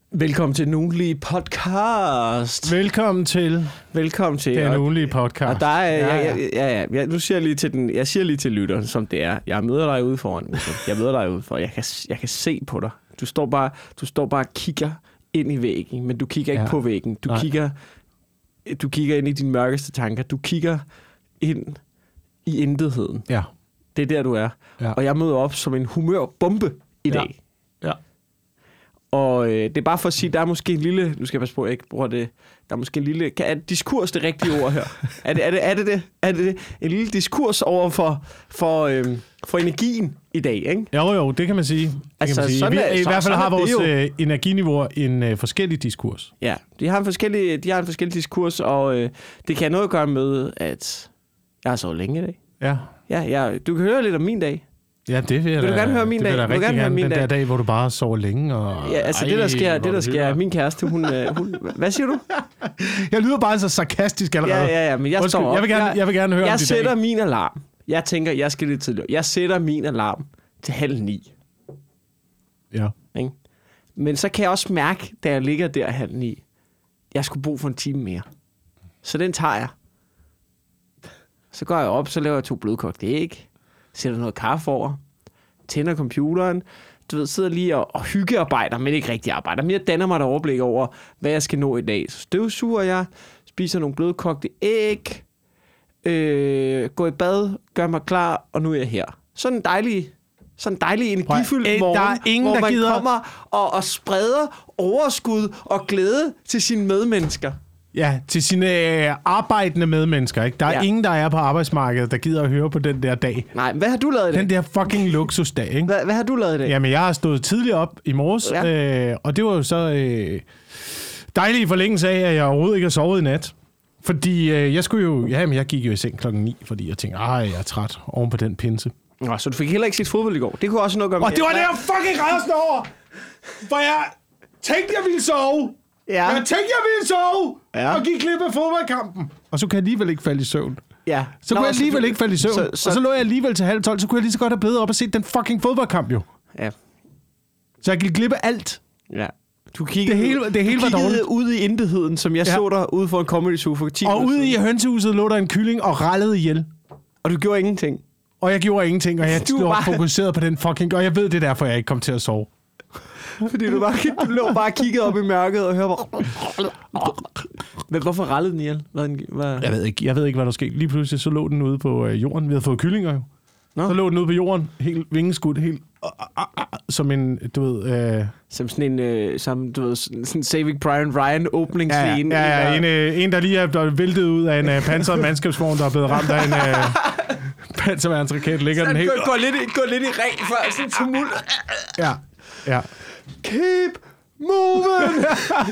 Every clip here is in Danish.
Velkommen til Den Ugenlige Podcast. Velkommen til Den Ugenlige Podcast. Og der er, ja, nu siger jeg lige til jeg siger lige til lytteren, som det er. Jeg møder dig ude foran. Jeg møder dig ude for. Jeg kan se på dig. Du står bare og kigger ind i væggen, men du kigger ikke på væggen. Du kigger ind i dine mørkeste tanker. Du kigger ind i intetheden. Ja. Det er der, du er. Ja. Og jeg møder op som en humørbombe i dag. Ja. Og det er bare for at sige, der er måske en lille... Nu skal jeg passe på, at jeg ikke bruger det. Der er måske en lille... Er diskurs det rigtige ord her? Er det det? En lille diskurs over for energien i dag, ikke? Jo, det kan man sige. I hvert fald har vores energiniveauer en forskellig diskurs. Ja, de har en forskellig diskurs, og det kan noget at gøre med, at jeg har sovet længe i dag. Ja, du kan høre lidt om min dag. Ja, det vil du gerne høre min dag? Det vil jeg rigtig gerne. Den der dag, hvor du bare sover længe. Og... Ja, altså det der sker, min kæreste, hun... Hvad siger du? Jeg lyder bare så sarkastisk allerede. Ja, men jeg står op. Jeg vil gerne høre om jeg det sætter min alarm. Jeg tænker, jeg skal lidt tidligere. Jeg sætter min alarm til 8:30. Ja. Ikke? Men så kan jeg også mærke, da jeg ligger der 8:30, jeg skulle brug for en time mere. Så den tager jeg. Så går jeg op, så laver jeg 2 blødkogte æg. Sætter noget kaffe over, tænder computeren, du ved, sidder lige og hyggearbejder, men ikke rigtig arbejder. Men jeg danner mig et overblik over, hvad jeg skal nå i dag. Så støvsuger jeg, spiser nogle blødkogte æg, går i bad, gør mig klar, og nu er jeg her. Sådan en dejlig energifyldt morgen, hvor man kommer og spreder overskud og glæde til sine medmennesker. Ja, til sine arbejdende medmennesker, ikke? Der er ingen, der er på arbejdsmarkedet, der gider at høre på den der dag. Nej, hvad har du lavet i dag? Den der fucking luksusdag, ikke? Hvad har du lavet i dag? Jamen, jeg har stået tidligt op i morges, og det var jo så dejligt i forlængelse af, at jeg overhovedet ikke har sovet i nat. Fordi jeg gik jo i seng 9:00, fordi jeg tænkte, jeg er træt oven på den pinse. Nå, så du fik heller ikke set fodbold i går? Det kunne også noget gøre med. Og det var det, jeg fucking rasende over! For jeg tænkte, jeg ville sove! Ja. Jeg tænkte, jeg ville sove, og gik glip af fodboldkampen. Og så kan jeg alligevel ikke falde i søvn. Ja. Så kunne jeg alligevel ikke falde i søvn. Og så lå jeg alligevel til 11:30, så kunne jeg lige så godt have blevet op og set den fucking fodboldkamp jo. Ja. Så jeg gik glip af alt. Ja. Du kiggede, det hele var dårligt. Ude i intetheden, som jeg så der ude for en comedy show for 10 Og ude i hønsehuset lå der en kylling og rallede ihjel. Og du gjorde ingenting. Og jeg gjorde ingenting, og jeg lå fokuseret på den fucking... Og jeg ved, det er derfor, jeg ikke kom til at sove. Fordi du lå bare og kiggede op i mørket og hørte bare... Men hvorfor rallede den ihjel? Jeg ved ikke, hvad der skete. Lige pludselig så lå den ude på jorden. Vi havde fået kyllinger jo. Nå. Så lå den ude på jorden, helt vingeskudt, helt... som en, du ved... Som sådan en, sådan en Saving Private Ryan åbningsscene. Ja, en, der lige er væltet ud af en pansret mandskabsvogn, der er blevet ramt af en panserværnsraket. Ligger den helt... Gå lidt i ring for sådan en tumult. Ja. Keep moving!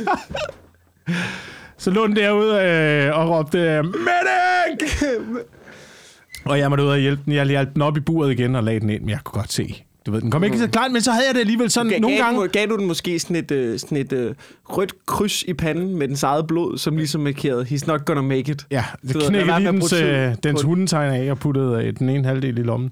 Så lå den derude og råbte, medic! Og jeg måtte ud og hjælpe den. Jeg hjalp den op i buret igen og lagde den ind, men jeg kunne godt se. Du ved, den kom ikke så klart, men så havde jeg det alligevel sådan nogle gange. Gav du den måske sådan et rødt kryds i panden med dens eget blod, som ligesom markerede, he's not gonna make it. Ja, det knækkede lige dens hundetegn af og puttede den ene halvdel i lommen.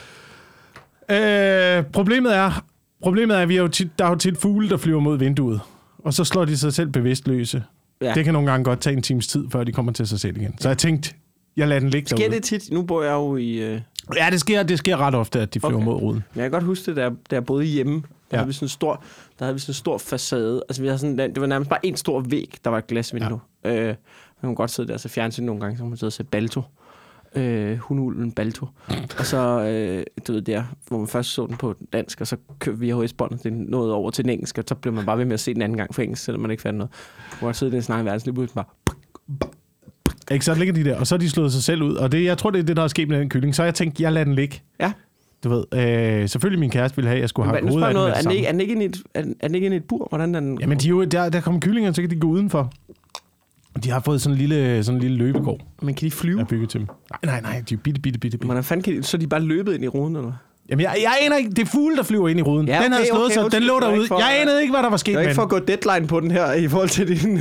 Ja. Problemet er, at der er jo tit fugle, der flyver mod vinduet, og så slår de sig selv bevidstløse. Ja. Det kan nogle gange godt tage en times tid, før de kommer til sig selv igen. Så jeg tænkte, jeg lader den ligge derude. Sker det tit? Nu bor jeg jo i... Ja, det sker ret ofte, at de flyver mod ruden. Jeg kan godt huske det, da jeg boede hjemme. Der havde vi sådan en stor facade. Altså, vi havde sådan, det var nærmest bare en stor væg, der var et glasvindue. Ja. Man kunne godt sidde der og se fjernsyn nogle gange, så kunne man sidde og se Balto. Hundeulven Balto. Og så, du ved der, hvor man først så den på dansk, og så kørte vi VHS-båndet den noget over til den engelsk, og så blev man bare ved med at se den anden gang på engelsk, selvom man ikke fandt noget. Man kunne godt sidde i den snakke verden, lige bare... Ikke, så ligger de der, og så er de slået sig selv ud, og jeg tror, det er det, der er sket med den kylling. Så jeg tænkte, jeg lader den ligge. Ja. Du ved, selvfølgelig min kæreste ville have, at jeg skulle have hovedet af den med det samme. Er den ikke inde i et bur? Hvordan den... Jamen, der kommer kyllinger, så kan de gå udenfor. De har fået sådan en lille løbegård. Men kan de flyve? Jeg bygget til dem. Nej, de er bitte. Hvordan fanden kan de, så er de bare løbet ind i ruden, eller? Jamen, jeg aner ikke. Det er fugle, der flyver ind i ruden. Ja, okay, den havde slået sig. Den lå derude. Jeg anede ikke, hvad der var sket med den. Jeg er ikke for at gå deadline på den her, i forhold til din...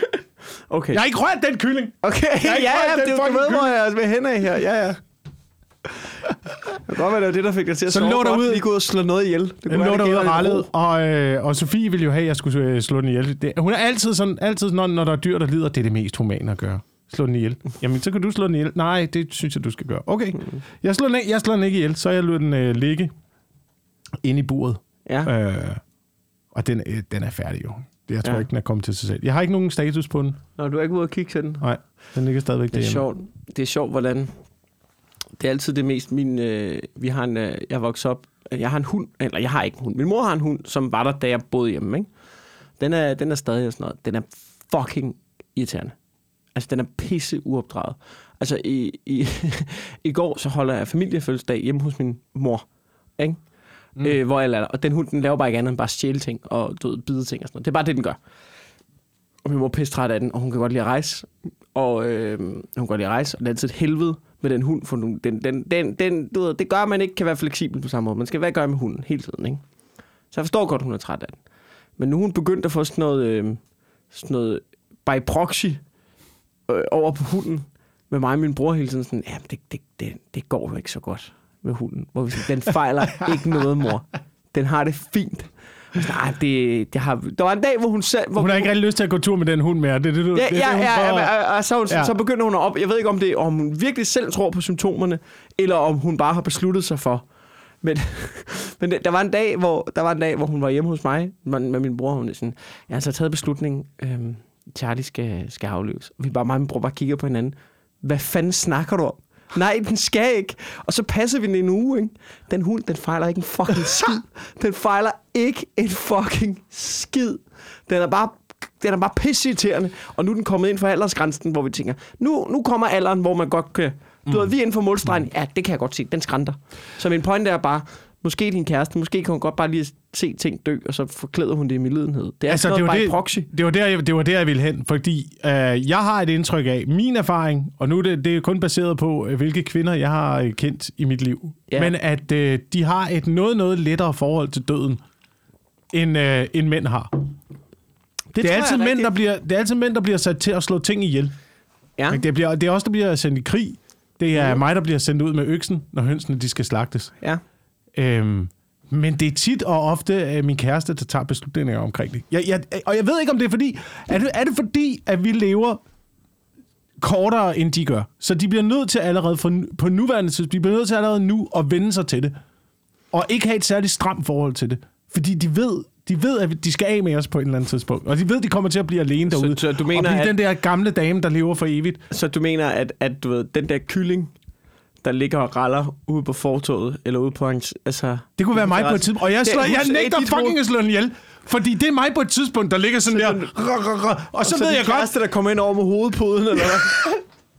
Okay. Jeg har ikke rørt den kylling. Okay, du ved, hvor jeg vil hen af her. Ja. Det kan godt være, det var det, der fik dig til at sove godt. Lige gå ud og slå noget ihjel. Det kunne være, det rallet, og Sofie ville jo have, at jeg skulle slå den ihjel. Hun er altid sådan, når der er dyr, der lider, det er det mest humane at gøre. Slå den ihjel. Jamen, så kan du slå den ihjel. Nej, det synes jeg, du skal gøre. Okay, jeg slår den ikke ihjel, så jeg lader den ligge inde i buret. Ja. Og den er færdig jo. Jeg tror ikke, den er kommet til sig selv. Jeg har ikke nogen status på den. Nå, du er ikke ude at kigge til den? Nej, den ligger stadigvæk derhjemme. Det er sjovt, hvordan... Det er altid det mest... jeg voksede op... Jeg har en hund... Eller, jeg har ikke en hund. Min mor har en hund, som var der, da jeg boede hjemme, ikke? Den er stadig sådan noget. Den er fucking irriterende. Altså, den er pisse uopdraget. Altså, i går, så holder jeg familiefødselsdag hjemme hos min mor, ikke? Hvor jeg lader. Og den hund, den laver bare ikke andet end bare stjæle ting og bide ting og sådan noget. Det er bare det, den gør. Og min mor er pisse træt af den, og hun kan godt lide at rejse. Og det er altid et helvede med den hund, for det gør, at man ikke kan være fleksibel på samme måde. Man skal være gøre med hunden hele tiden, ikke? Så jeg forstår godt, at hun er træt af den. Men nu er hun begyndt at få sådan noget by proxy over på hunden, med mig og min bror hele tiden sådan, det går jo ikke så godt med hunden. Hvor vi siger, den fejler ikke noget, mor. Den har det fint. Nej, der var en dag, hvor hun selv... Hun har ikke rigtig lyst til at gå tur med den hund mere. Så begynder hun at op... Jeg ved ikke, om hun virkelig selv tror på symptomerne, eller om hun bare har besluttet sig for. Men der var en dag, hvor hun var hjemme hos mig med min bror. Hun er sådan, jeg har så taget beslutningen, Charlie skal afløses. Vi mig og min bror bare kigger på hinanden. Hvad fanden snakker du om? Nej, den skal ikke. Og så passer vi den en uge, ikke? Den hund, den fejler ikke en fucking skid. Den fejler ikke en fucking skid. Den er bare pisseirriterende. Og nu er den kommet ind for aldersgrænsen, hvor vi tænker, nu kommer alderen, hvor man godt kan... Du ved, vi er inden for målstregen. Ja, det kan jeg godt se. Den skrænter. Så min pointe er bare, måske din kæreste, måske kan hun godt bare lige se ting dø, og så forklæder hun det i medlidenhed. Det er altså noget bare proxy. Det var der, jeg ville hen, fordi jeg har et indtryk af, min erfaring, og nu det er kun baseret på, hvilke kvinder jeg har kendt i mit liv, men at de har et noget lettere forhold til døden, end mænd har. Det er altid mænd, der bliver sat til at slå ting ihjel. Ja. Det er også, der bliver sendt i krig. Det er mig, der bliver sendt ud med øksen, når hønsene de skal slagtes. Ja. Men det er tit og ofte min kæreste, der tager beslutninger omkring det. Og jeg ved ikke, om det er fordi... Er det fordi, at vi lever kortere, end de gør? Så de bliver nødt til allerede på nuværende tidspunkt, de bliver nødt til allerede nu at vende sig til det. Og ikke have et særligt stramt forhold til det. Fordi de ved, at de skal af med os på et eller andet tidspunkt. Og de ved, at de kommer til at blive alene derude. Så du mener, og blive den der gamle dame, der lever for evigt. Så du mener, at du ved, den der kylling, der ligger og raller ude på fortovet, eller ude på altså... Det kunne være mig på et tidspunkt. Og jeg nægter fucking at slå den ihjel. Fordi det er mig på et tidspunkt, der ligger sådan der... Og så ved jeg godt... kæreste, der kommer ind over med hovedpuden, eller hvad?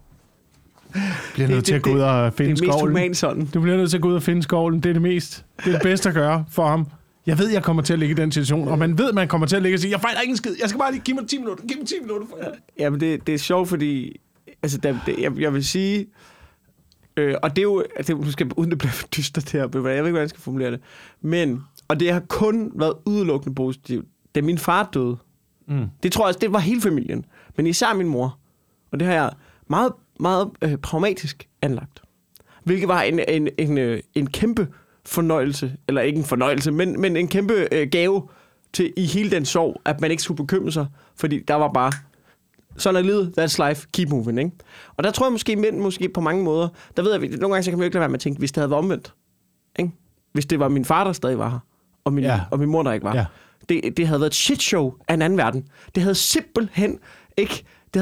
Bliver nødt til at gå ud og finde skovlen. Det er mest human. Du bliver nødt til at gå ud og finde skovlen. Det er det bedste at gøre for ham. Jeg ved, jeg kommer til at ligge i den situation, og man ved, man kommer til at ligge og sige, jeg fejler ikke en skid, jeg skal bare lige give mig 10 minutter, for det. Jamen, det er sjovt, fordi altså, jeg vil sige, og det er jo, måske uden det bliver for dystert her, jeg ved ikke, hvordan jeg skal formulere det, men, og det har kun været udelukkende positivt, da min far døde. Det tror jeg, det var hele familien, men især min mor, og det har jeg meget, meget pragmatisk anlagt, hvilket var en kæmpe fornøjelse, eller ikke en fornøjelse, men en kæmpe gave til i hele den sorg, at man ikke skulle bekymre sig, fordi der var bare sådan er livet, that's life, keep moving, ikke? Og der tror jeg måske på mange måder, der ved jeg, nogle gange så kan man jo ikke lade være med at tænke, hvis det havde været omvendt, ikke? Hvis det var min far, der stadig var her, og min mor, der ikke var. Ja. Det havde været et shit show af en anden verden. Det havde simpelthen ikke, der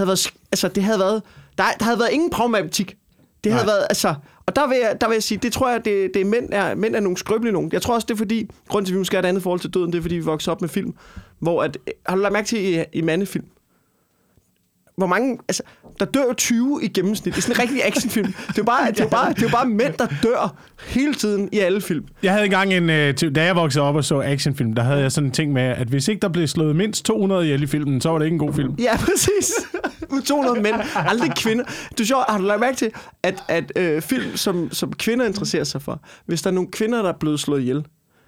havde været ingen pragmatik. Det havde været, altså... Og der vil jeg sige, det tror jeg, det er mænd er nogle skrøbelige nogen. Jeg tror også, det er fordi, grunden til, at vi måske har et andet forhold til døden, det er fordi, vi voksede op med film, hvor at, har du lagt mærke til i mandefilm? Hvor mange, altså, der dør jo 20 i gennemsnit. Det er sådan en rigtig actionfilm. Det er jo bare mænd, der dør hele tiden i alle film. Jeg havde engang da jeg voksede op og så actionfilm, der havde jeg sådan en ting med, at hvis ikke der blev slået mindst 200 ihjel i filmen, så var det ikke en god film. Ja, præcis. 200 mænd, aldrig kvinder. Du sjovt, har du lagt mærke til, at film, som kvinder interesserer sig for, hvis der er nogle kvinder, der er blevet slået ihjel,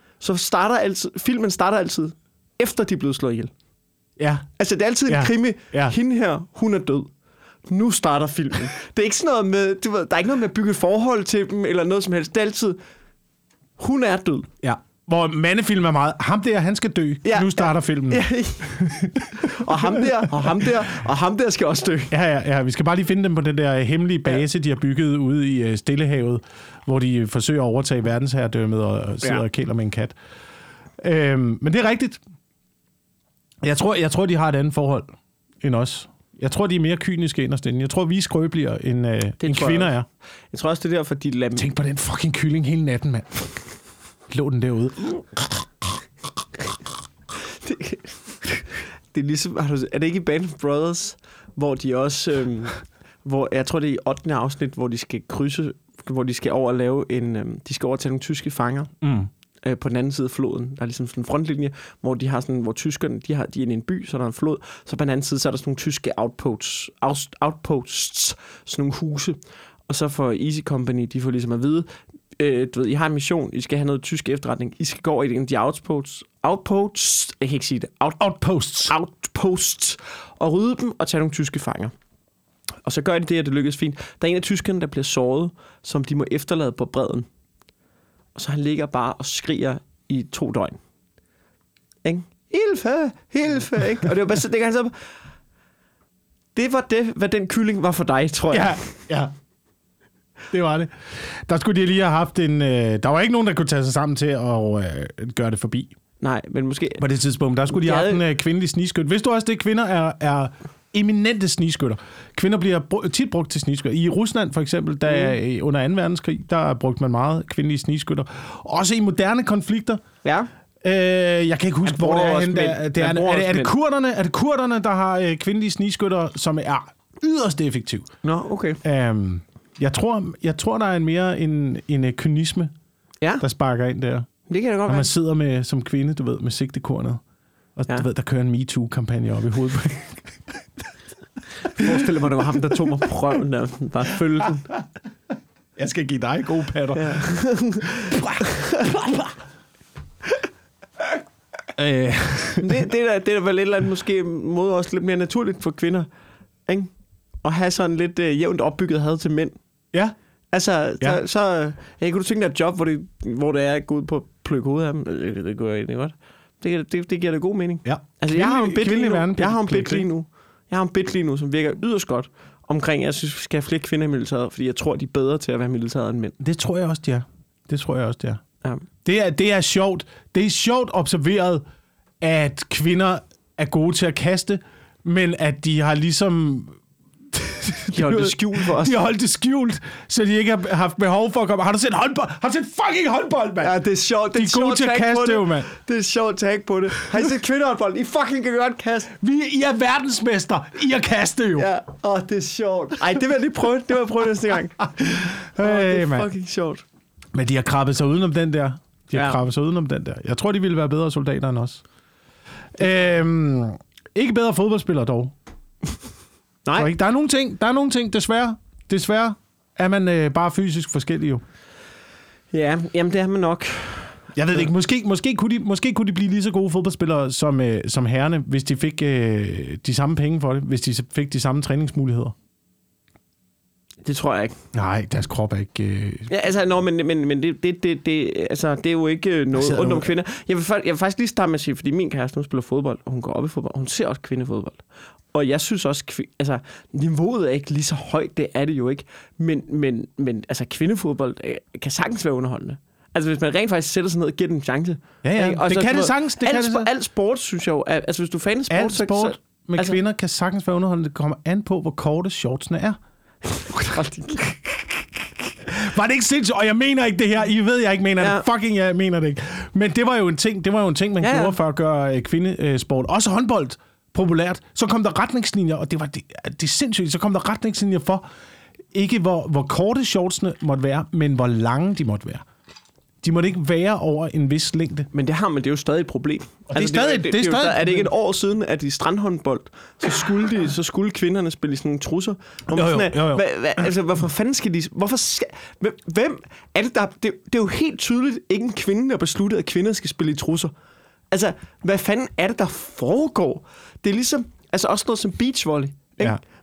så filmen starter altid, efter de er blevet slået ihjel. Ja. Altså, det er altid en krimi. Ja. Hende her, hun er død. nu starter filmen. Det er ikke sådan noget med, du ved, der er ikke noget med at bygge et forhold til dem, eller noget som helst. Det er altid, hun er død. Ja. Hvor mandefilm er meget, ham der, han skal dø. Nu starter filmen. Ja. Og ham der skal også dø. Ja, vi skal bare lige finde dem på den der hemmelige base, de har bygget ude i Stillehavet, hvor de forsøger at overtage verdensherredømmet og sidder og kæler med en kat. Men det er rigtigt. Jeg tror, de har et andet forhold end os. Jeg tror, de er mere kyniske inderst inde. Jeg tror, vi er skrøbeligere, end kvinder er. Jeg tror også, det er derfor, de lader... Tænk på den fucking kylling hele natten, mand. Lå den derude. Det er ligesom... Er det ikke i Band of Brothers, hvor de også... hvor jeg tror, det er i 8. afsnit, hvor de skal krydse... Hvor de skal over og lave en... de skal over til nogle tyske fanger. På den anden side af floden. Der er ligesom sådan en frontlinje, hvor de har sådan, hvor tyskerne, de er inde i en by, så der er en flod, så på den anden side, så er der sådan nogle tyske outposts, sådan nogle huse. Og så får Easy Company, de får ligesom at vide, du ved, I har en mission, I skal have noget tysk efterretning, I skal gå over i en af de outposts, jeg kan ikke sige det, outposts, og rydde dem og tage nogle tyske fanger. Og så gør de det, at det lykkes fint. Der er en af tyskerne, der bliver såret, som de må efterlade på bredden. Og så han ligger bare og skriger i 2 døgn. Ikke? Hilfe, ikke? Og det var bare så, det han så... Det var det, hvad den kylling var for dig, tror jeg. Ja. Det var det. Der skulle de lige have haft en... Der var ikke nogen, der kunne tage sig sammen til at gøre det forbi. Nej, men måske... På det tidspunkt, der skulle de have haft en kvindelig snigskytte. Vidste du også, det kvinder er eminente snigskytter. Kvinder bliver tit brugt til snigskytter. I Rusland for eksempel, under 2. verdenskrig, der brugte man meget kvindelige snigskytter. Også i moderne konflikter. Ja. Jeg kan ikke huske, hvor det er henne. Er det kurderne? Er det kurderne, der har kvindelige snigskytter, som er yderst effektiv? Nå, okay. Jeg tror, der er mere en kynisme, der sparker ind der. Det kan det godt være. Når man sidder med, som kvinde, du ved, med sigtekornet. Og du ved, der kører en MeToo-kampagne op i hovedet. Forestil mig, det var ham, der tog mig på røven der. Bare følge den. Jeg skal give dig gode patter. Ja. det er vel et eller andet måske måde også lidt mere naturligt for kvinder. Ikke? At have sådan lidt jævnt opbygget had til mænd. Ja. Altså, så kunne du tænke dig et job, hvor det er at gå ud på at plukke hovedet af dem? Det gør jeg egentlig godt. Det giver det god mening. Ja. Altså, jeg har en bit lige nu, som virker yderst godt omkring, jeg synes, vi skal have flere kvinder i militæret, fordi jeg tror, de er bedre til at være militæret end mænd. Det tror jeg også, de er. Ja. Det er sjovt. Det er sjovt observeret, at kvinder er gode til at kaste, men at de har ligesom... De holdt det skjult for os. De har holdt det skjult, så de ikke har haft behov for at komme. Har du set håndbold? Har du set fucking håndbold, mand? Ja, det er sjovt. De er gode til at kaste, jo, mand. Det er sjovt tag på det. Har I set kvindehåndbold? I fucking kan godt kaste. I er verdensmester i at kaste, jo. Ja, det er sjovt. Ej, det vil jeg lige prøve. Det vil jeg prøve næste gang. Det er fucking sjovt. Men de har krabbet sig udenom den der. Jeg tror, de ville være bedre soldater end os. Ikke bedre fodboldspillere dog. Nej. Der er nogle ting, desværre er man bare fysisk forskellig jo. Ja, jamen det er man nok. Jeg ved ikke, måske kunne de blive lige så gode fodboldspillere som herrerne, hvis de fik de samme penge for det, hvis de fik de samme træningsmuligheder. Det tror jeg ikke. Nej, deres krop er ikke... Ja, altså, men det er jo ikke noget rundt om kvinder. Jeg vil faktisk lige starte med at sige, fordi min kæreste nu spiller fodbold, og hun går op i fodbold, og hun ser også kvindefodbold. Og jeg synes også, niveauet er ikke lige så højt, det er det jo ikke. Men altså, kvindefodbold kan sagtens være underholdende. Altså, hvis man rent faktisk sætter sig ned og giver den en chance. Ja, og det kan det sagtens. Alt sport, synes jeg jo. Altså, hvis du er fan af sport... Alt sport med kvinder kan sagtens være underholdende. Det kommer an på, hvor korte shortsene er. Var det ikke sindssygt? Og jeg mener ikke det her. I ved, jeg ikke mener det. Fucking, jeg mener det ikke. Men det var jo en ting, man gjorde for at gøre kvindesport. Også håndbold populært. Så kom der retningslinjer, og det er sindssygt. Så kom der retningslinjer for, ikke hvor korte shortsene måtte være, men hvor lange de måtte være. De måtte ikke være over en vis længde. Men det er jo stadig et problem. Altså, det er stadig. Er det ikke et år siden, at i strandhåndbold, så skulle kvinderne spille i sådan nogle trusser? Jo. Altså, hvorfor fanden skal de... Hvem er det, der... Det er jo helt tydeligt ikke en kvinde, der besluttede, at kvinder skal spille i trusser. Altså, hvad fanden er det, der foregår? Det er ligesom... Altså, også noget som beachvolley. Ja.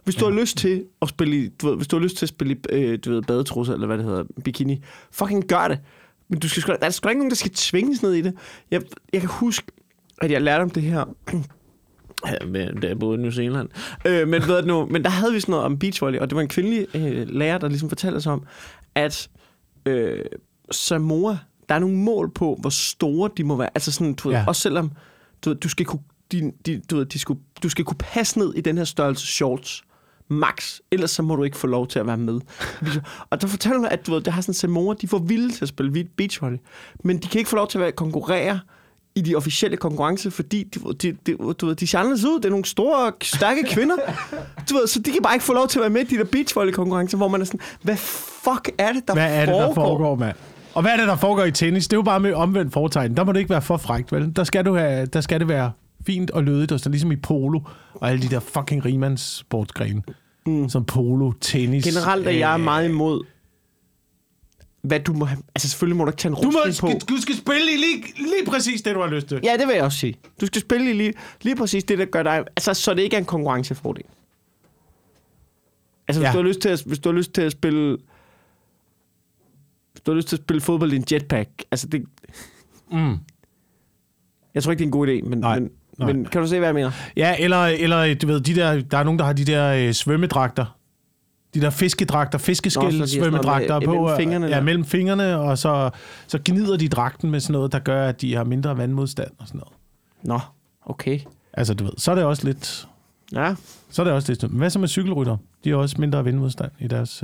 Hvis du har lyst til at spille hvis du har lyst til at spille badetrusser, eller hvad det hedder, bikini, fucking gør det. Men der er sgu ikke nogen, der skal tvinges ned i det. Jeg kan huske, at jeg lærte om det her, da jeg boede i New Zealand. Men der havde vi sådan noget om beachvolley, og det var en kvindelig lærer, der ligesom fortalte os om, at Samoa, der er nogle mål på, hvor store de må være. Altså sådan, også selvom du skal kunne, du skal kunne passe ned i den her størrelse shorts, max, ellers så må du ikke få lov til at være med. Og der fortæller mig, at der har sådan Samoa, de får vilde til at spille beachvolley, men de kan ikke få lov til at konkurrere i de officielle konkurrencer, fordi de ser anderledes ud. Det er nogle store, stærke kvinder. Så de kan bare ikke få lov til at være med i de der beachvolley-konkurrencer, hvor man er sådan, hvad fuck er det, der foregår, mand? Og hvad er det, der foregår i tennis? Det er jo bare med omvendt foretegn. Der må det ikke være for frækt, vel? Der skal det være fint og lødigt, og så ligesom i polo, og alle de der fucking rimandssportsgrene. Som polo, tennis. Generelt er jeg meget imod, hvad du må have. Altså selvfølgelig må du ikke tage en rustning på. Du skal spille i lige præcis det, du har lyst til. Ja, det vil jeg også sige. Du skal spille i lige præcis det, der gør dig. Altså, så det ikke er en konkurrencefordel. Altså, hvis du har lyst til at spille... Hvis du har lyst til at spille fodbold i en jetpack, altså det... Jeg tror ikke, det er en god idé, men kan du se, hvad jeg mener? Ja, eller du ved, der er nogen, der har de der svømmedragter. De der fiskedragter, fiskeskæl-svømmedragter på mellem fingrene, og så gnider de dragten med sådan noget, der gør, at de har mindre vandmodstand og sådan noget. Nå, okay. Altså, du ved, så er det også lidt... Ja. Så er det også lidt... Hvad så med cykelrytter? De har også mindre vandmodstand i deres...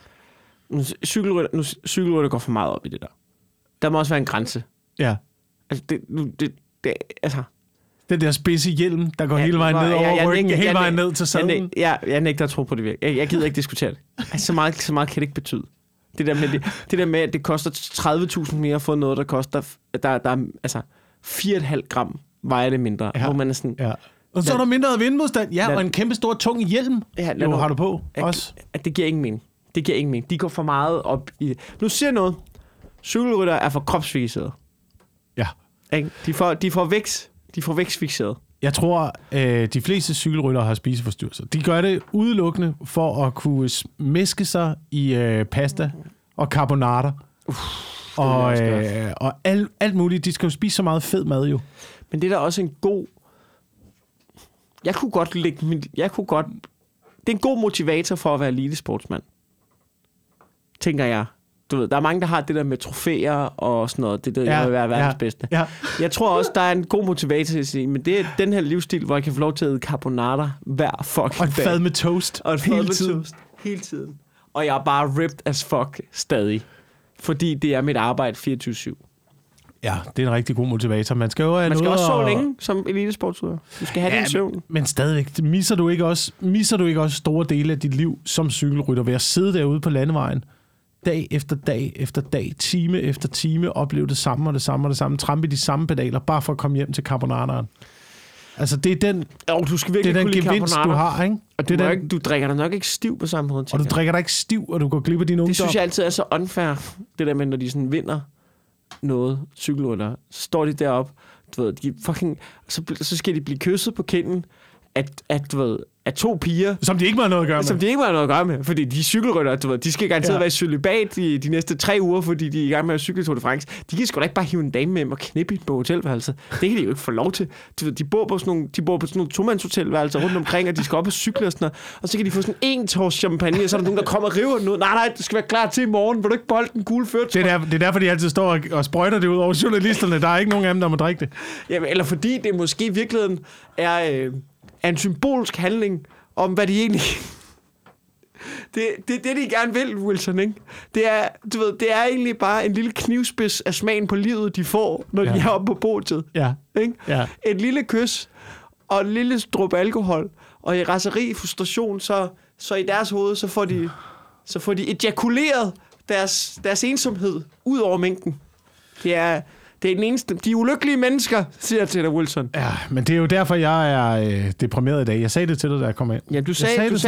Cykelrytter går for meget op i det der. Der må også være en grænse. Ja. Altså, altså... Den der spidse hjelm, der går hele vejen ned over ryggen, hele vejen ned til sadlen. Jeg nægter at tro på det virker. Jeg gider ikke diskutere det. Altså, så meget kan det ikke betyde. Det der med, at det koster 30.000 mere at få noget, der koster... Der altså 4,5 gram vejer det mindre. Ja. Hvor man er sådan... Ja. Og så er der mindre vindmodstand. Ja, og en kæmpe stor, tung hjelm. Ja, har du på også. Det giver ingen mening. De går for meget op i det. Nu siger jeg noget. Cykelrytter er for kropsfixeret. Ja. Ikke? De får vækstfixeret. Jeg tror, de fleste cykelryttere har spiseforstyrrelser. De gør det udelukkende for at kunne mæske sig i pasta og carbonara. Og alt muligt. De skal jo spise så meget fed mad jo. Men det er da også en god... Det er en god motivator for at være elitesportsmand. Tænker jeg. Du ved, der er mange, der har det der med trofæer og sådan noget. Det der, jeg vil være verdens bedste. Ja. Jeg tror også, der er en god motivator til at sige, men det er den her livsstil, hvor jeg kan få lov til at æde carbonara hver fucking dag. Og et fad med toast. Hele tiden. Og jeg er bare ripped as fuck stadig. Fordi det er mit arbejde 24/7. Ja, det er en rigtig god motivator. Man skal jo have også sove længe som elitesportsudøver. Du skal have din søvn. Men stadigvæk, misser du ikke også store dele af dit liv som cykelrytter ved at sidde derude på landevejen dag efter dag efter dag, time efter time, opleve det samme og det samme og det samme, trampe de samme pedaler, bare for at komme hjem til carbonaraen. Altså, det er den, du skal virkelig det er den gevinst, du har, ikke? Og du drikker dig nok ikke stiv på samme måde. Og du drikker dig ikke stiv, og du går glip af din ungdom. Det synes jeg altid er så unfair, det der med, når de sådan vinder noget, cykelrytter, så står de deroppe, du ved, de fucking, så skal de blive kysset på kinden, at du ved, af to piger. Som de ikke må have noget at gøre med. Fordi de cykelrytter, du ved, de skal garanteret være i cølibat de næste 3 uger, fordi de er i gang med at cykle Tour de France. De kan sgu da ikke bare hive en dame med og knippe på hotelværelset. Det kan de jo ikke få lov til. Du ved, de bor på sådan nogle tomandshotelværelser rundt omkring, og de skal op og cykle og sådan noget. Og så kan de få sådan en tårs champagne, og så er der nogen, der kommer og river den ud. Nej, du skal være klar til i morgen. Vil du ikke beholde den gule ført? Det er derfor, de altid står og sprøjter det ud over journalisterne. Der er ikke nogen af dem, der må drikke det. Jamen, eller fordi det måske i virkeligheden er en symbolsk handling om, hvad de egentlig... det de gerne vil, Wilson, ikke? Det er egentlig bare en lille knivspids af smagen på livet, de får, når de er oppe på båtet. Ja. Ikke? Ja. Et lille kys, og en lille strup alkohol, og i raseri, frustration, så i deres hoved, så får de ejakuleret deres ensomhed ud over mængden. Det er den eneste. De ulykkelige mennesker, siger jeg til dig, Wilson. Ja, men det er jo derfor, jeg er deprimeret i dag. Jeg sagde det til dig, da jeg kom ind. Ja, du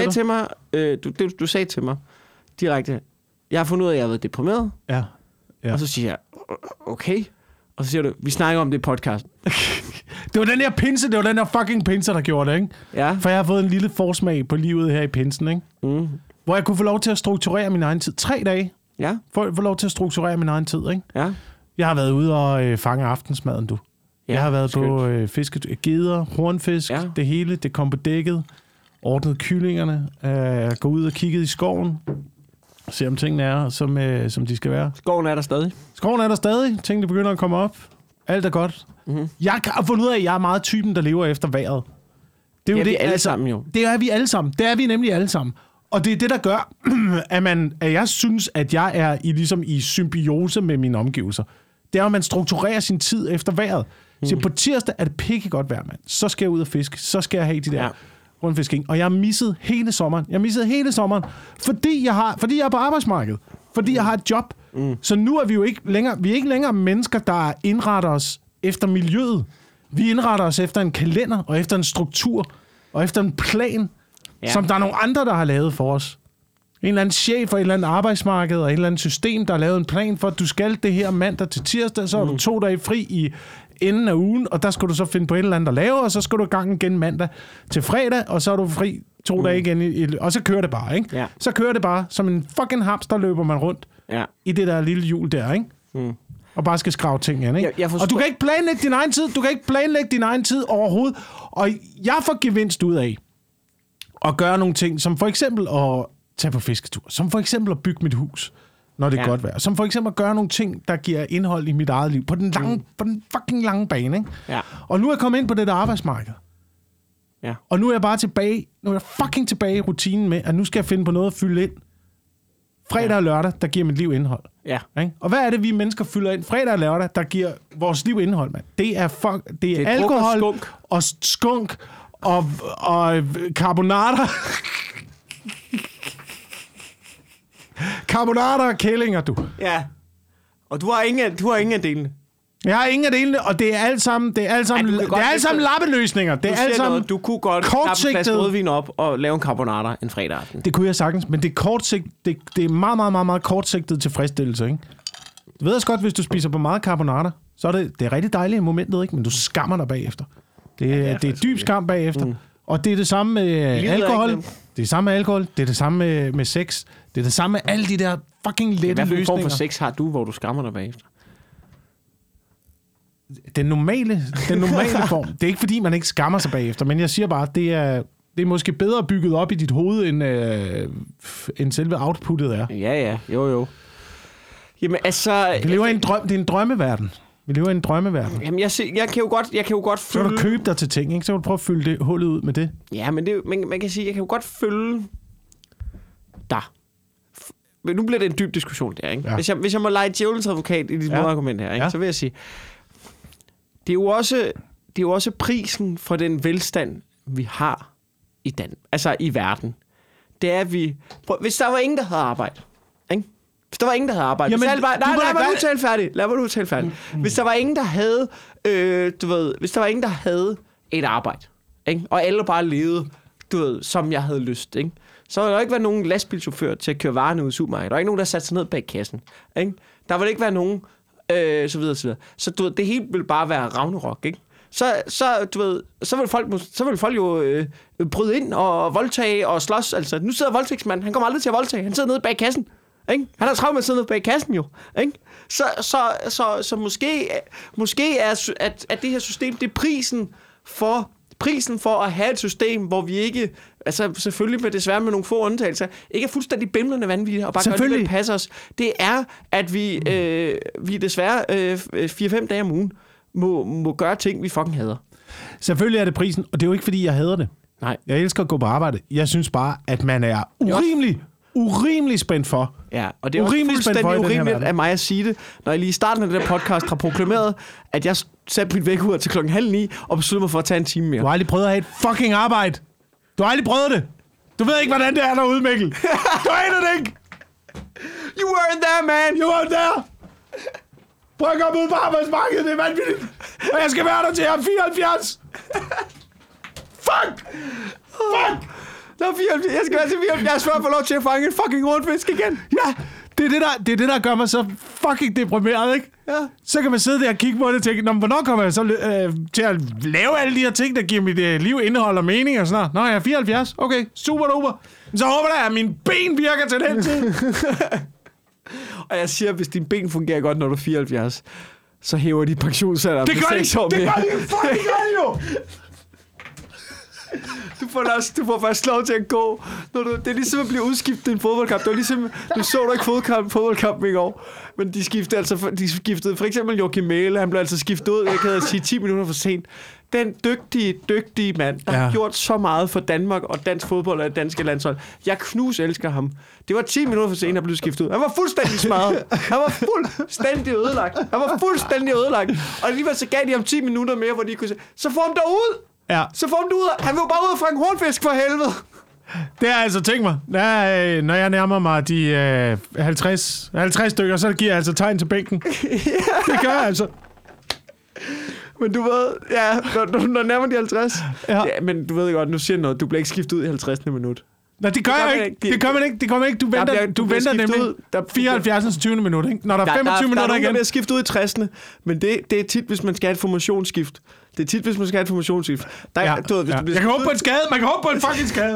sagde til mig direkte, jeg har fundet ud af, at jeg har været deprimeret. Ja. Og så siger jeg, okay. Og så siger du, vi snakker om det i podcast. Det var den der fucking pinse, der gjorde det, ikke? Ja. For jeg har fået en lille forsmag på livet her i pinsen, ikke? Mm. Hvor jeg kunne få lov til at strukturere min egen tid. 3 dage. Ja. Få lov til at strukturere min egen tid, ikke? Ja. Jeg har været ude og fange aftensmaden, du. Ja, jeg har været skønt. på geder, hornfisk, det hele. Det kom på dækket. Ordnet kyllingerne. Gå ud og kigget i skoven. Se om tingene er, som de skal være. Skoven er der stadig. Skoven er der stadig. Tingene begynder at komme op. Alt er godt. Mm-hmm. Jeg har fundet ud af, at jeg er meget typen, der lever efter vejret. Det er jo vi alle sammen jo. Det er vi alle sammen. Det er vi nemlig alle sammen. Og det er det, der gør, at jeg synes, at jeg er i symbiose med mine omgivelser. Det er, at man strukturerer sin tid efter vejret. Så på tirsdag er det pikke godt vejr, mand. Så skal jeg ud og fiske. Så skal jeg have de der rundfiskning. Og jeg har misset hele sommeren. Fordi jeg er på arbejdsmarkedet. Fordi jeg har et job. Så nu er vi jo ikke længere mennesker, der indretter os efter miljøet. Vi indretter os efter en kalender, og efter en struktur, og efter en plan, som der er nogle andre, der har lavet for os. En eller anden chef for et eller andet arbejdsmarked, og et eller andet system, der har lavet en plan for, at du skal det her mandag til tirsdag, så har du 2 dage fri i enden af ugen, og der skal du så finde på et eller andet, der laver, og så skal du i gang igen mandag til fredag, og så er du fri 2 dage igen, og så kører det bare, ikke? Ja. Så kører det bare, som en fucking hamster løber man rundt i det der lille hjul der, ikke? Og bare skal skrave ting ind, ikke? Og du kan ikke planlægge din egen tid, overhovedet. Og jeg får gevinst ud af at gøre nogle ting, som for eksempel at tage på fisketur, som for eksempel at bygge mit hus, når det er godt vejr, som for eksempel at gøre nogle ting, der giver indhold i mit eget liv, på den fucking lange bane, ikke? Ja. Og nu er jeg kommet ind på det der arbejdsmarked. Ja. Og nu er jeg bare tilbage i rutinen med, at nu skal jeg finde på noget at fylde ind. Fredag og lørdag, der giver mit liv indhold. Ja. Okay? Og hvad er det, vi mennesker fylder ind fredag og lørdag, der giver vores liv indhold, mand? Det er alkohol og skunk og karbonater. Karbonater og kællinger, du. Ja. Og du har ingen af delene. Jeg har ingen af delene, og det er alt sammen lappeløsninger. Det er alt sammen du kunne godt klappe en flaske rødvin op og lave en karbonater en fredag aften. Det kunne jeg sagtens, men det er meget, meget, meget, meget kortsigtet tilfredsstillelse, ikke? Du ved også godt, hvis du spiser på meget karbonater, så er det er rigtig dejligt i momentet, ikke? Men du skammer dig bagefter. Det er dyb skam bagefter. Og det er det samme med alkohol. Det er det samme med alkohol. Det er det samme med sex. Det er det samme med alle de der fucking lette løsninger. Hvad form for sex har du, hvor du skammer dig bagefter? Den normale form. Det er ikke, fordi man ikke skammer sig bagefter, men jeg siger bare, at det er måske bedre bygget op i dit hoved, end selve outputtet er. Ja. Jo. Jamen altså... Vi lever i en drøm. Det er en drømmeverden. Vi lever i en drømmeverden. Jamen, jeg kan jo godt følge... Så kan du købe dig til ting, ikke? Så kan du prøve at fylde det hullet ud med det. Ja, men man kan sige, jeg kan jo godt følge dig. Men nu bliver det en dyb diskussion der, ikke? Ja. Hvis jeg må lege djævelens advokat i dit modargument her, ikke? Så vil jeg sige... Det er jo også prisen for den velstand, vi har i verden. Det er, at vi... Hvis der var ingen, der havde arbejde, ikke? Hvis der var ingen, der havde arbejde... Jamen, lad mig nu tale færdig. Hvis der var ingen, der havde... hvis der var ingen, der havde et arbejde, ikke? Og alle bare levede, som jeg havde lyst, ikke? Så ville der ikke være nogen lastbilchauffør til at køre varerne ud i supermarkedet. Der var ikke nogen, der satte sig ned bag kassen, ikke? Der ville ikke være nogen... så videre. Så det hele vil bare være Ragnarok, ikke? Så vil folk jo bryde ind og voldtage og slås. Altså, nu sidder voldtægtsmanden, han kommer aldrig til at voldtage. Han sidder nede bag kassen, ikke? Han har travlt med at sidde nede bag kassen jo, ikke? Så måske er at det her system, det er prisen for at have et system, hvor vi ikke, altså selvfølgelig med desværre med nogle få undtagelser, ikke er fuldstændig bimlende vanvittige og bare gør det, passer os. Det er, at vi desværre 4-5 dage om ugen må gøre ting, vi fucking hader. Selvfølgelig er det prisen, og det er jo ikke, fordi jeg hader det. Nej. Jeg elsker at gå på arbejde. Jeg synes bare, at man er urimelig spændt for. Ja, og det er også fuldstændig urimeligt af mig at sige det, når jeg lige i starten af det der podcast har proklameret, at jeg satte mit vækkeur til 8:30 og besluttede mig for at tage en time mere. Du har aldrig prøvet at have et fucking arbejde. Du har aldrig prøvet det. Du ved ikke, hvordan det er derude, Mikkel. Du aner det ikke. You weren't there, man. You weren't there. Prøv at komme ud på arbejdsmarkedet, det er vanvittigt. Og jeg skal være der til jeg er 74. Fuck. Jeg skal være til 74 for at få lov til at fange en fucking rundfisk igen. Ja, det er det, der gør mig så fucking deprimeret, ikke? Ja. Så kan man sidde der og kigge på det og tænke, nå, hvornår kommer jeg så til at lave alle de her ting, der giver mit liv indhold og mening og sådan noget? Nå, jeg er 74. Okay, super duper. Så håber jeg, at mine ben virker til den tid. Og jeg siger, hvis dine ben fungerer godt, når du er 74, så hæver de pensionsalderen det gør de, 6 år det mere. gør de, fucking gør de jo! Du får først lov til at gå. Det er ligesom at blive udskiftet i en fodboldkamp. Det var ligesom, du så du ikke fodboldkampen i går. Men de skiftede for eksempel Joachim Mæhle. Han blev altså skiftet ud, jeg kan sige 10 minutter for sent. Den dygtige mand, der har gjort så meget for Danmark og dansk fodbold og det danske landshold. Jeg elsker ham. Det var 10 minutter for sent, han blev skiftet ud. Han var fuldstændig smadret. Han var fuldstændig ødelagt. Og alligevel så gav de ham 10 minutter mere, hvor de kunne sige, så få ham derud! Ja. Så får du ud af... Han vil jo bare ud af Frank Hornfisk for helvede. Det har jeg altså tænkt mig. Når jeg nærmer mig de 50 stykker, så giver jeg altså tegn til bænken. Det gør jeg altså. Men du ved... Ja, når nærmer de 50. Ja. Ja, men du ved godt, nu siger noget. Du bliver ikke skiftet ud i 50. minut. Nej, det gør jeg ikke. Det gør man ikke. Du venter nemlig 74. 20. minut, ikke? Når der er 25 minutter igen. Der bliver skiftet ud i 60. Men det er tit, hvis man skal have et formationsskift. Jeg kan håbe på en skade. Man kan håbe på en fucking skade.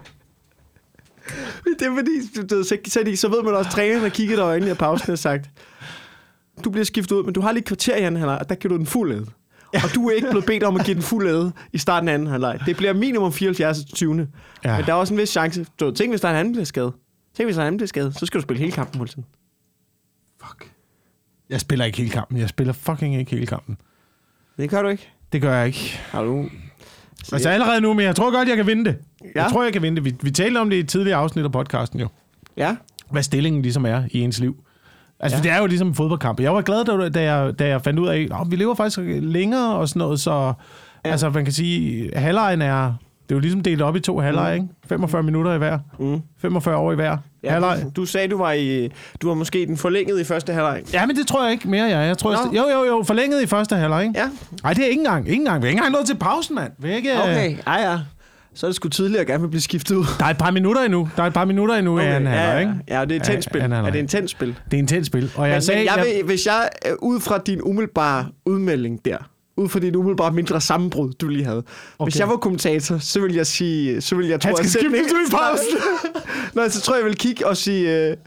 Det er fordi, så ved man også, at træneren har kigget dig i øjnene i pausen og sagt, du bliver skiftet ud, men du har lige et kvarter i anden halvleg, og der giver du den fuld æde. Ja. Og du er ikke blevet bedt om at give den fuld æde i starten af anden halvleg. Det bliver minimum 74. 20. Ja. Men der er også en vis chance. Tænk, hvis der er en anden, bliver skadet. Så skal du spille hele kampen, Wilson. Fuck. Jeg spiller ikke hele kampen. Jeg spiller fucking ikke hele kampen. Det gør du ikke. Det gør jeg ikke. Har du... Altså allerede nu, men jeg tror godt, jeg kan vinde det. Ja. Jeg tror, jeg kan vinde det. Vi talte om det i et tidligere afsnit af podcasten jo. Ja. Hvad stillingen ligesom er i ens liv. Altså, det er jo ligesom en fodboldkamp. Jeg var glad, da jeg fandt ud af, at vi lever faktisk længere og sådan noget, så altså, man kan sige, halvlejen er... Det er jo ligesom delt op i 2 halvleje, ikke? 45 minutter i hver. 45 år i hver halvleg. Du sagde, du var måske den forlænget i første halvleg. Ja, men det tror jeg ikke mere, jeg tror... Jo, forlænget i første halvleg, ikke? Ja. Nej, det er ikke engang. Vi er ikke engang nået til pausen, mand. Okay, ja. Så er det sgu tidligere at gerne vil blive skiftet ud. Der er et par minutter endnu i anden halvleg, ikke? Ja, det er et tændt spil. Er det en tændt spil? Det er en tændt spil. Og hvis jeg ud fra din umiddelbare udmelding der, ud fra dit umiddelbare mindre sammenbrud, du lige havde. Okay. Hvis jeg var kommentator, så ville jeg sige... Han skal skifte ud i pausen. Nej, så tror jeg vil kigge og sige...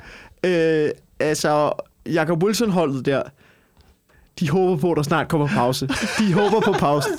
altså, Jakob Wilson-holdet der, de håber på, at der snart kommer pause. De håber på pausen.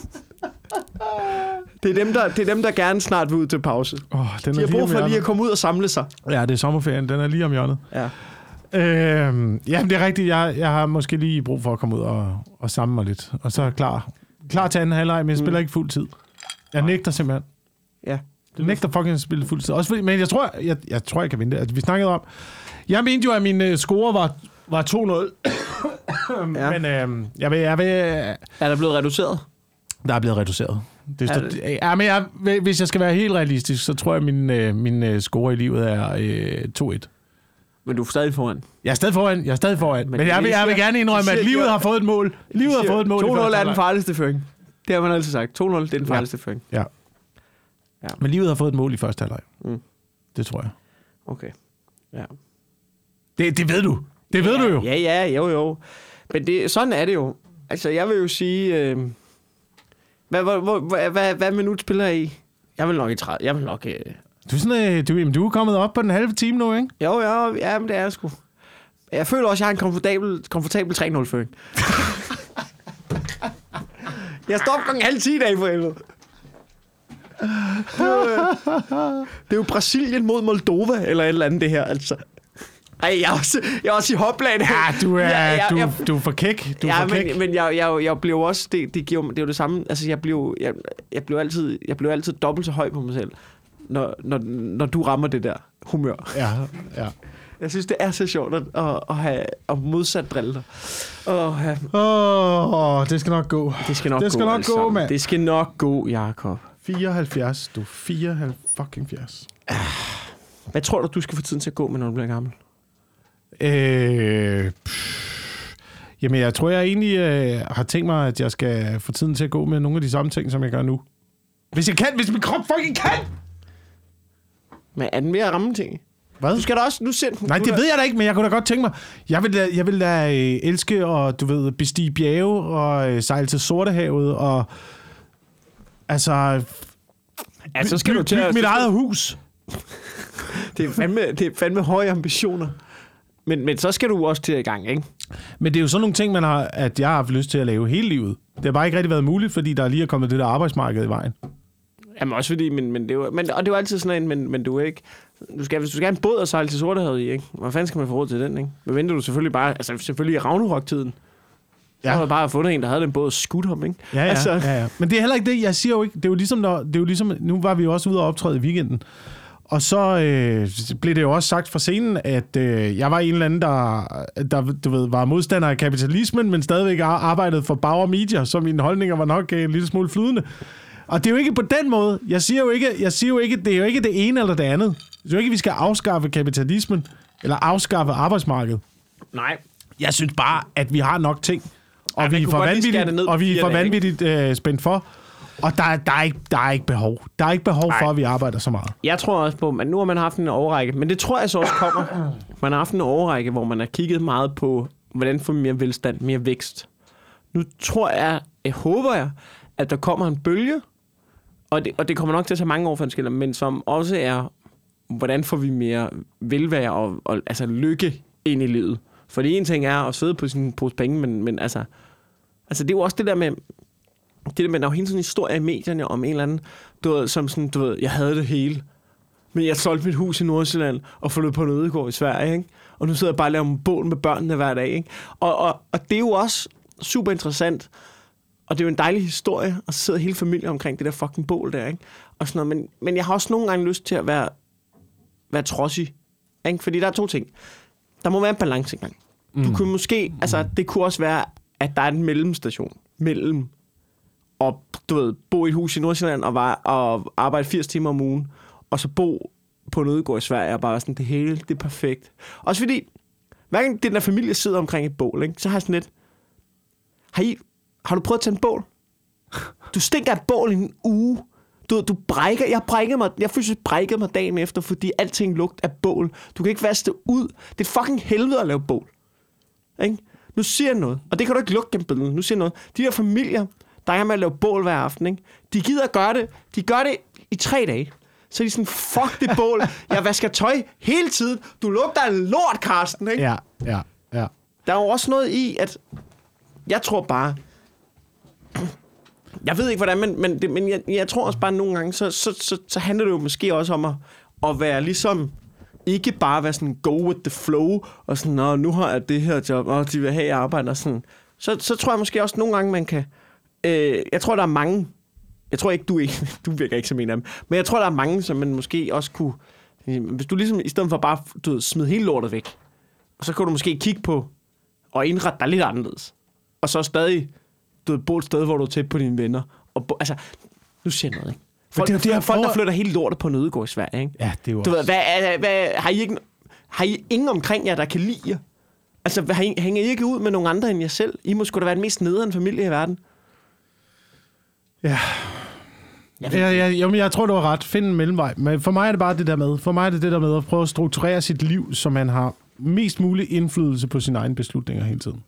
Det er dem, der gerne snart vil ud til pause. De har brug for lige at komme ud og samle sig. Ja, det er sommerferien. Den er lige om hjørnet. Ja. Jamen, det er rigtigt. Jeg har måske lige brug for at komme ud og samle mig lidt. Og så er klar til anden halvleg, men jeg spiller ikke fuld tid. Jeg nægter simpelthen. Ja. Jeg nægter fucking at spille fuld tid. Også fordi, men jeg tror, jeg kan vinde det. Altså, vi snakkede om... Jeg mente jo, at min score var 2-0. Ja. Men jeg vil... Er der blevet reduceret? Der er blevet reduceret. Men hvis jeg skal være helt realistisk, så tror jeg, at min score i livet er 2-1. Men du er stadig foran. Jeg er stadig foran. Men jeg vil gerne indrømme, at livet har fået et mål. 2-0 er den farligste føring. Det har man altid sagt. 2-0, det er den farligste føring. Ja. Men livet har fået et mål i første halvleg. Det tror jeg. Okay. Ja. Det ved du. Det ved du jo. Ja, jo. Men sådan er det jo. Altså, jeg vil jo sige... Hvad minut spiller jeg i? Jeg vil nok i 30. Jeg vil nok... Du er kommet op på den halve time nu, ikke? Jo, ja, men det er jeg sgu. Jeg føler også, at jeg har en komfortabel 3-0-føring. Jeg står op klokken 9:30 i dag, for helvede. Det er jo Brasilien mod Moldova, eller et eller andet, det her, altså. Ej, jeg er også i hopland. Ja, du er for kæk. Men jeg blev også... Det er jo det samme. Altså, jeg blev altid dobbelt så høj på mig selv, når du rammer det der humør. Ja. Jeg synes, det er så sjovt at modsat drille dig. Det skal nok gå. Det skal nok gå, mand. Det skal nok gå, Jakob. 74. Du er 74. Hvad tror du skal få tiden til at gå med, når du bliver gammel? Jamen, jeg tror, jeg egentlig har tænkt mig, at jeg skal få tiden til at gå med nogle af de samme ting, som jeg gør nu. Hvis min krop fucking kan! Men er den ved at ramme ting? Hvad? Du skal da også... Nu sind, Nej, det ved jeg da ikke, men jeg kunne da godt tænke mig... Jeg vil da elske at, du ved, bestige bjerge og sejle til Sortehavet og... Altså... Ja, så skal du til mit eget hus. Det er fandme høje ambitioner. Men så skal du også til i gang, ikke? Men det er jo sådan nogle ting, at jeg har haft lyst til at lave hele livet. Det har bare ikke rigtig været muligt, fordi der lige er kommet det der arbejdsmarked i vejen. Jamen også fordi, men det er jo, og det er jo altid sådan en, men du er ikke... hvis du skal have en båd og sejle til Sortehavet i, ikke? Hvor fanden skal man få råd til den, ikke? Men venter du selvfølgelig bare... Altså selvfølgelig i Ragnarok-tiden. Ja. Så har du bare fundet en, der havde den båd og skudt ham, ikke? Ja. Men det er heller ikke det, jeg siger jo ikke. Det er jo ligesom, nu var vi jo også ude og optræde i weekenden. Og så blev det jo også sagt fra scenen, at jeg var en eller anden, der du ved, var modstander af kapitalismen, men stadigvæk arbejdede for Bauer Media, så mine holdninger var nok en lille smule flydende. Og det er jo ikke på den måde. Jeg siger jo ikke, det er jo ikke det ene eller det andet. Det er jo ikke, at vi skal afskaffe kapitalismen, eller afskaffe arbejdsmarkedet. Nej. Jeg synes bare, at vi har nok ting, og vi er for vanvittigt spændt for. Og der er ikke behov. Der er ikke behov for, at vi arbejder så meget. Jeg tror også på, at nu har man haft en overrække, men det tror jeg så også kommer. Man har haft en overrække, hvor man har kigget meget på, hvordan får vi mere velstand, mere vækst. Nu tror jeg håber jeg, at der kommer en bølge, og det kommer nok til at tage mange år for en skiller, men som også er, hvordan får vi mere velvære og altså lykke ind i livet. For det ene ting er at sidde på sin pose penge, men altså det er jo også det der med, der er jo hele sådan en historie i medierne om en eller anden, du ved, som sådan, du ved, jeg havde det hele, men jeg solgte mit hus i Nordsjælland og flyttede på en ødegård i Sverige, ikke? Og nu sidder jeg bare og laver en bål med børnene hver dag, ikke? Og det er jo også super interessant, og det er jo en dejlig historie, og så sidder hele familien omkring det der fucking bål der, ikke? Og sådan noget, men jeg har også nogle gange lyst til at være trodsig, ikke? Fordi der er to ting. Der må være en balance engang. Du kunne måske, altså det kunne også være, at der er en mellemstation mellem og du ved, bo i et hus i Nordsjælland og arbejde 80 timer om ugen, og så bo på en ødegård i Sverige, og bare sådan, det hele, det er perfekt. Også fordi, hver gang den der familie sidder omkring et bål, ikke, så har jeg sådan lidt, har du prøvet at tage en bål? Du stinker et bål i en uge. Jeg fysisk brækkede mig dagen efter, fordi alting lugter af bål. Du kan ikke vaske det ud. Det er fucking helvede at lave bål. Ikke? Nu siger jeg noget, og det kan du ikke lukke gennem billedet. Nu siger jeg noget. De der familier, der er med at lave bål hver aften, ikke? De gider at gøre det. De gør det i 3 dage. Så er de sådan, fuck det bål. Jeg vasker tøj hele tiden. Du lugter af lort, Karsten, ikke? Ja. Der er jo også noget i, at jeg tror bare, jeg ved ikke hvordan, men jeg tror også bare nogle gange, så handler det jo måske også om at være ligesom, ikke bare være sådan go with the flow, og sådan, nu har jeg det her job, og de vil have, jeg arbejder sådan. Så tror jeg måske også nogle gange, man kan, jeg tror, der er mange, jeg tror ikke, du virker ikke som en af dem, men jeg tror, der er mange, som man måske også kunne, hvis du ligesom, i stedet for bare, smide hele lortet væk, og så kan du måske kigge på, og indrette dig lidt anderledes, og så stadig, bo et sted, hvor du er tæt på dine venner, og altså, nu siger jeg noget, ikke? Folk, der flytter hele lortet på en ødegård i Sverige, ikke? Ja, det er jo du ved, har I ingen omkring jer, der kan lide jer? Altså, hænger I ikke ud med nogen andre end jer selv? I må sgu da være den mest nederen familie i verden. Ja. Jeg tror, du har ret. Find en mellemvej. Men for mig er det bare det der med. For mig er det det der med at prøve at strukturere sit liv, så man har mest mulig indflydelse på sine egne beslutninger hele tiden.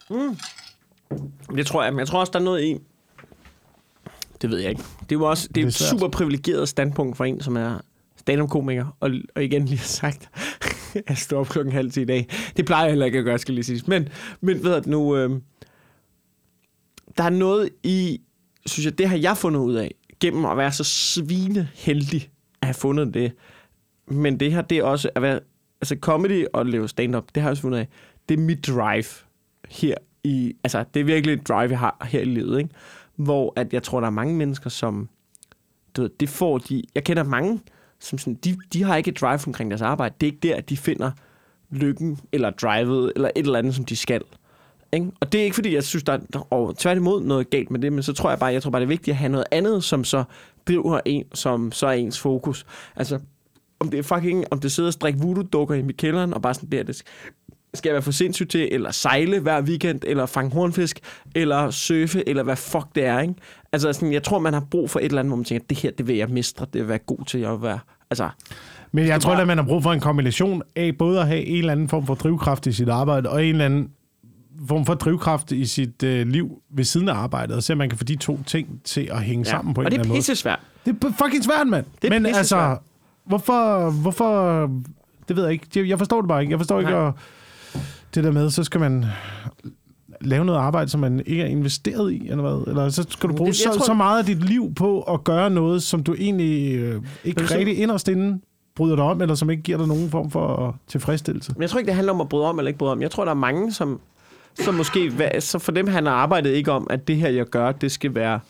Det tror jeg. Men jeg tror også, der er noget i... Det ved jeg ikke. Det er jo også det er et super privilegeret standpunkt for en, som er stand-up-komiker. Og igen lige sagt, jeg står op 9:30 i dag. Det plejer jeg heller ikke at gøre, skal lige sige. Men ved du nu... der er noget i... Synes jeg, det har jeg fundet ud af, gennem at være så svineheldig at have fundet det. Men det her, det er også at være... Altså comedy og lave stand-up, det har jeg også fundet af. Det er mit drive her i... Altså, det er virkelig et drive, jeg har her i livet, ikke? Hvor at jeg tror, der er mange mennesker, som... Du ved, det får de... Jeg kender mange, som sådan... De har ikke et drive omkring deres arbejde. Det er ikke der, at de finder lykken, eller drivet, eller et eller andet, som de skal. Ikke? Og det er ikke, fordi jeg synes, der er tværtimod noget galt med det, men så tror jeg bare, det er vigtigt at have noget andet, som så driver en, som så er ens fokus. Altså, om det er fucking... Om det sidder og strikke voodoo-dukker i mit kælderen, og bare sådan der, det skal jeg være for sindssygt til, eller sejle hver weekend, eller fange hornfisk, eller surfe, eller hvad fuck det er, ikke? Altså, sådan, jeg tror, man har brug for et eller andet, hvor man tænker, det her, det vil jeg mestre, det vil være god til at være Altså, Men jeg tror, at man har brug for en kombination af både at have en eller anden form for drivkraft i sit arbejde, og en eller anden form for drivkraft i sit liv ved siden af arbejdet, og se, at man kan få de to ting til at hænge sammen på en eller anden måde. Og det er pissesvært. Det er fucking svært, mand. Men altså, hvorfor... Det ved jeg ikke. Jeg forstår det bare ikke. Jeg forstår ikke, det der med, så skal man lave noget arbejde, som man ikke er investeret i, eller hvad? Eller så skal du bruge så meget af dit liv på at gøre noget, som du egentlig ikke rigtig inderst inden bryder dig om, eller som ikke giver dig nogen form for tilfredsstillelse. Men jeg tror ikke, det handler om at bryde om eller ikke bryde om. Jeg tror, der er mange, som måske... Så for dem, han har arbejdet ikke om, at det her, jeg gør, det skal være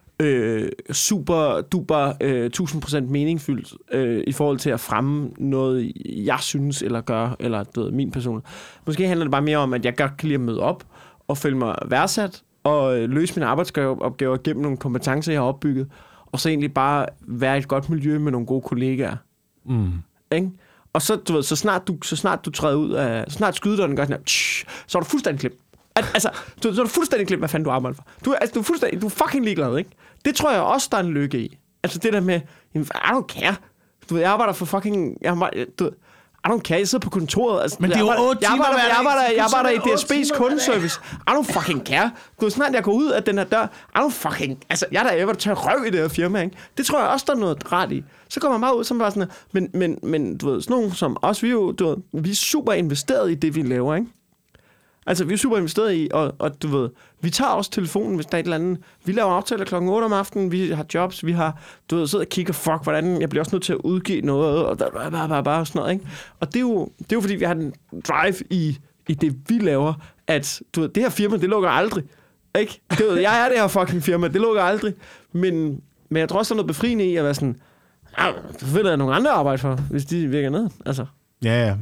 super duper 1000% meningsfyldt i forhold til at fremme noget, jeg synes eller gør, eller du ved, min person. Måske handler det bare mere om, at jeg godt kan lide at møde op og føle mig værdsat og løse mine arbejdsopgaver gennem nogle kompetencer, jeg har opbygget, og så egentlig bare være i et godt miljø med nogle gode kollegaer. Ikke? Og så, du ved, så snart du træder ud af... Så snart skydedøren gør sådan her, så er du fuldstændig glemt. Altså, så er du fuldstændig glemt, hvad fanden du arbejder for. Du er fucking ligeglad, ikke? Det tror jeg også, der er en lykke i. Altså det der med, I don't care. Du ved, jeg arbejder for fucking... I don't care, jeg sidder på kontoret. Altså, men det er jo 8 timer jeg arbejder i DSB's kundeservice. I don't fucking care. Du ved, snart jeg går ud af den her dør, I don't fucking... Altså, jeg er der ever tør røv i det her firma, ikke? Det tror jeg også, der er noget rart i. Så kommer man bare ud, som bare sådan... Men du ved, sådan nogen som os, vi er super investeret i det, vi laver, ikke? Altså, vi er super investeret i, og du ved, vi tager også telefonen, hvis der er et eller andet. Vi laver aftaler klokken 8 om aftenen, vi har jobs, vi har, du ved, sidder og kigger, hvordan, jeg bliver også nødt til at udgive noget, og bare sådan noget, ikke? Og det er jo fordi, vi har den drive i det, vi laver, at, du ved, det her firma, det lukker aldrig, ikke? Det ved, jeg er det her fucking firma, det lukker aldrig, men jeg tror også, der er noget befriende i at være sådan, det vil der nogle andre arbejde for, hvis de virker ned, altså. Ja.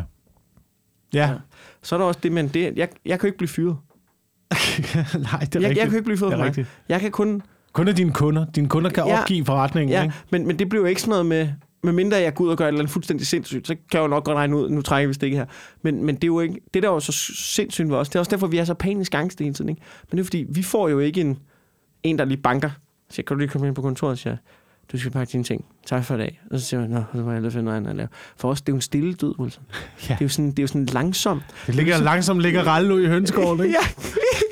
Så er der også det, men jeg kan jo ikke blive fyret. Nej, det er rigtigt. Jeg kan jo ikke blive fyret for mig. Jeg kan kun er dine kunder. Dine kunder kan opgive forretningen, ikke? Men det bliver jo ikke sådan noget med mindre jeg går ud og gør et eller andet fuldstændig sindssygt, så kan jeg jo nok godt regne ud, nu trækker vi stikket her. Men det er jo ikke, det der er jo så sindssygt ved os, det er også derfor, vi er så panisk angst hele tiden, ikke? Men det er fordi, vi får jo ikke en der lige banker. Så jeg kan du lige komme ind på kontoret og siger, du skal pakke dine ting. Tak for i dag. Og så siger jeg, så må jeg finde noget andet at lave. For os, det er jo en stille død, Wilson. Ja. Det er jo sådan langsomt. Det ligger langsomt rallen ud i hønsegården, ikke? Ja.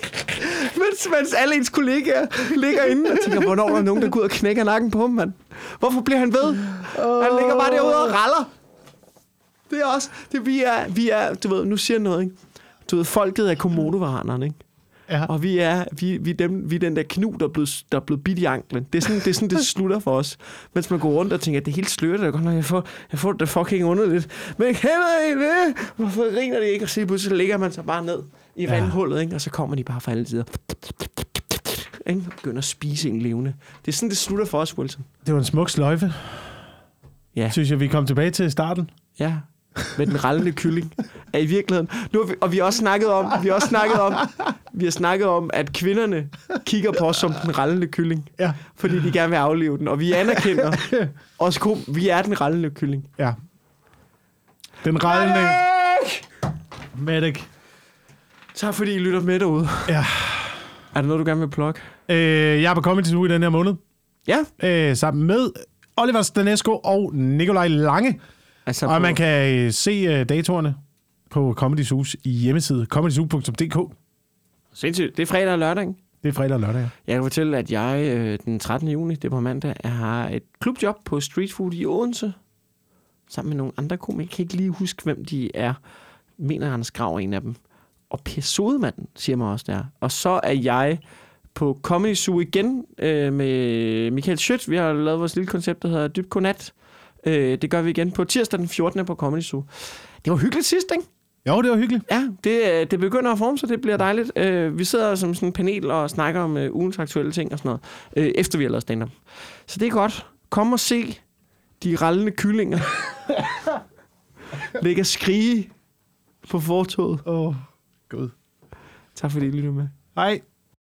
mens alle ens kollegaer ligger inde og tænker, hvornår er der nogen, der går ud og knækker nakken på ham, mand? Hvorfor bliver han ved? Han ligger bare derude og raller. Det er også... Vi er du ved, nu siger jeg noget, ikke? Du ved, folket er komodovaranerne, ikke? Ja. Og vi er den der knu, der er blevet bidt i anklen. Det er sådan, det slutter for os. Mens man går rundt og tænker, det er helt sløret, og jeg får det fucking underligt. Men kender I det? Hvorfor griner de ikke? Og så ligger man så bare ned i vandhullet, ikke? Og så kommer de bare fra alle sider. Ikke? Og begynder at spise en levende. Det er sådan, det slutter for os, Wilson. Det var en smuk sløjfe. Ja. Synes jeg, vi kom tilbage til starten. Ja. Med den rallende kylling. Er i virkeligheden. Vi har snakket om, at kvinderne kigger på os som den rallende kylling. Ja. Fordi de gerne vil aflive den. Og vi anerkender også, vi er den rallende kylling. Ja. Den rallende... Medic! Tak fordi I lytter med derude. Ja. Er der noget, du gerne vil plukke? Jeg er på Comedy Zoo i den her måned. Ja. Sammen med Oliver Stanesco og Nikolaj Lange. Altså og man kan se datorerne på Comedy Zoos hjemmeside, comedyzoo.dk. Sindssygt. Det er fredag og lørdag, ikke? Det er fredag og lørdag, ja. Jeg kan fortælle, at jeg den 13. juni, det er på mandag, jeg har et klubjob på Street Food i Odense. Sammen med nogle andre komikere. Jeg kan ikke lige huske, hvem de er. Jeg mener, Anders Grav er en af dem. Og Per Sodemanden siger mig også der. Og så er jeg på Comedy Zoo igen med Michael Schødt. Vi har lavet vores lille koncept, der hedder Dybt Godnat. Det gør vi igen på tirsdag den 14. på Comedy Zoo. Det var hyggeligt sidst, ikke? Jo, det var hyggeligt. Ja, det begynder at forme sig, det bliver dejligt. Vi sidder som sådan en panel og snakker om ugens aktuelle ting og sådan noget, efter vi har lavet stand-up. Så det er godt. Kom og se de rallende kyllinger ligge og skrige på fortovet. Gud. Tak fordi I lyttede med. Hej.